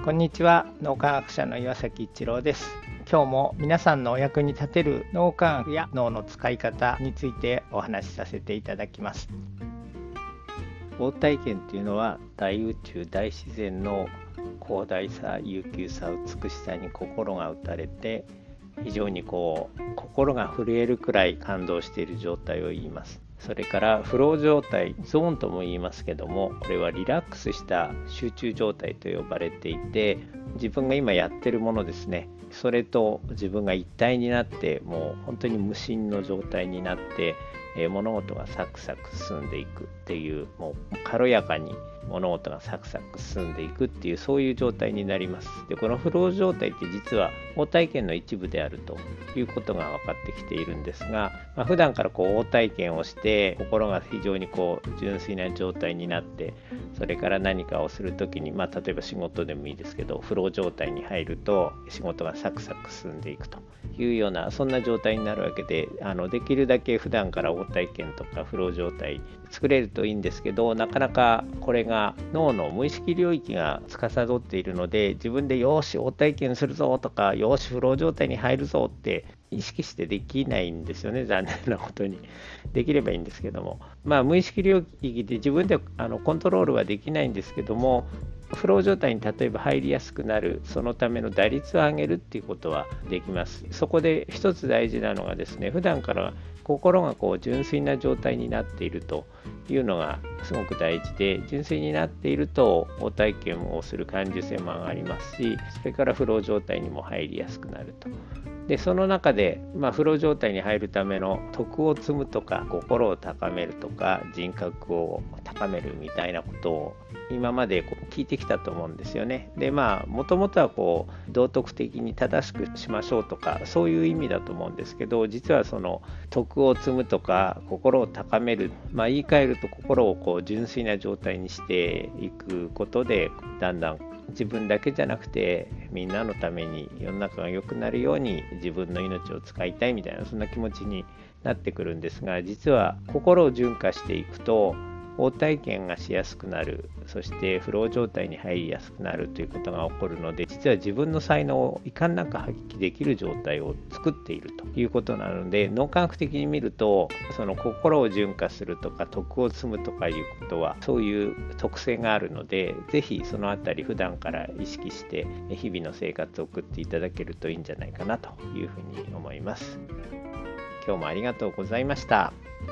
こんにちは、脳科学者の岩崎一郎です。今日も皆さんのお役に立てる脳科学や脳の使い方についてお話しさせていただきます。 応体験というのは大宇宙大自然の広大さ、悠久さ、美しさに心が打たれて非常に心が震えるくらい感動している状態を言います。それからフロー状態、ゾーンとも言いますけども、これはリラックスした集中状態と呼ばれていて、自分が今やってるものですね、それと自分が一体になって、もう本当に無心の状態になって、物事がサクサク進んでいくっていう、もう軽やかに物事がサクサク進んでいくっていう、そういう状態になります。で、このフロー状態って実は応体験の一部であるということが分かってきているんですが、普段から応体験をして心が非常に純粋な状態になって、それから何かをするときに、例えば仕事でもいいですけど、フロー状態に入ると仕事がサクサク進んでいくというような、そんな状態になるわけで、できるだけ普段から応体験とかフロー状態作れるといいんですけど、なかなかこれが脳の無意識領域が司っているので、自分でよーし応体験するぞとか、よーしフロー状態に入るぞって意識してできないんですよね。残念なことに。できればいいんですけども、無意識領域で自分でコントロールはできないんですけども、フロー状態に例えば入りやすくなる、そのための打率を上げるっていうことはできます。そこで一つ大事なのがですね、普段から心が純粋な状態になっているというのがすごく大事で、純粋になっていると応体験をする感受性も上がりますし、それからフロー状態にも入りやすくなると。で、その中で、フロー状態に入るための徳を積むとか、心を高めるとか、人格を高めるみたいなことを今まで聞いてきたと思うんですよね。で、もともとは道徳的に正しくしましょうとか、そういう意味だと思うんですけど、実はその徳を積むとか、心を高める、言い換えると心を純粋な状態にしていくことで、だんだん自分だけじゃなくてみんなのために世の中が良くなるように自分の命を使いたいみたいな、そんな気持ちになってくるんですが、実は心を純化していくと応体験がしやすくなる、そしてフロー状態に入りやすくなるということが起こるので、実は自分の才能をいかんなく発揮できる状態を作っているということなので、脳科学的に見ると、その心を純化するとか徳を積むとかいうことはそういう特性があるので、ぜひそのあたり普段から意識して日々の生活を送っていただけるといいんじゃないかなというふうに思います。今日もありがとうございました。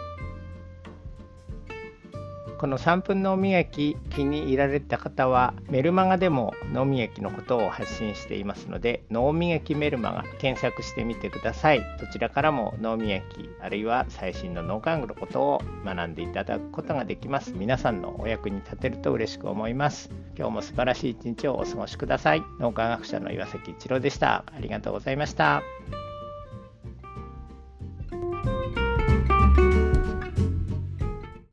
この3分脳磨き気に入られた方は、メルマガでも脳磨きのことを発信していますので、脳磨きメルマガ検索してみてください。どちらからも脳磨き、あるいは最新の脳科学のことを学んでいただくことができます。皆さんのお役に立てると嬉しく思います。今日も素晴らしい一日をお過ごしください。脳科学者の岩崎一郎でした。ありがとうございました。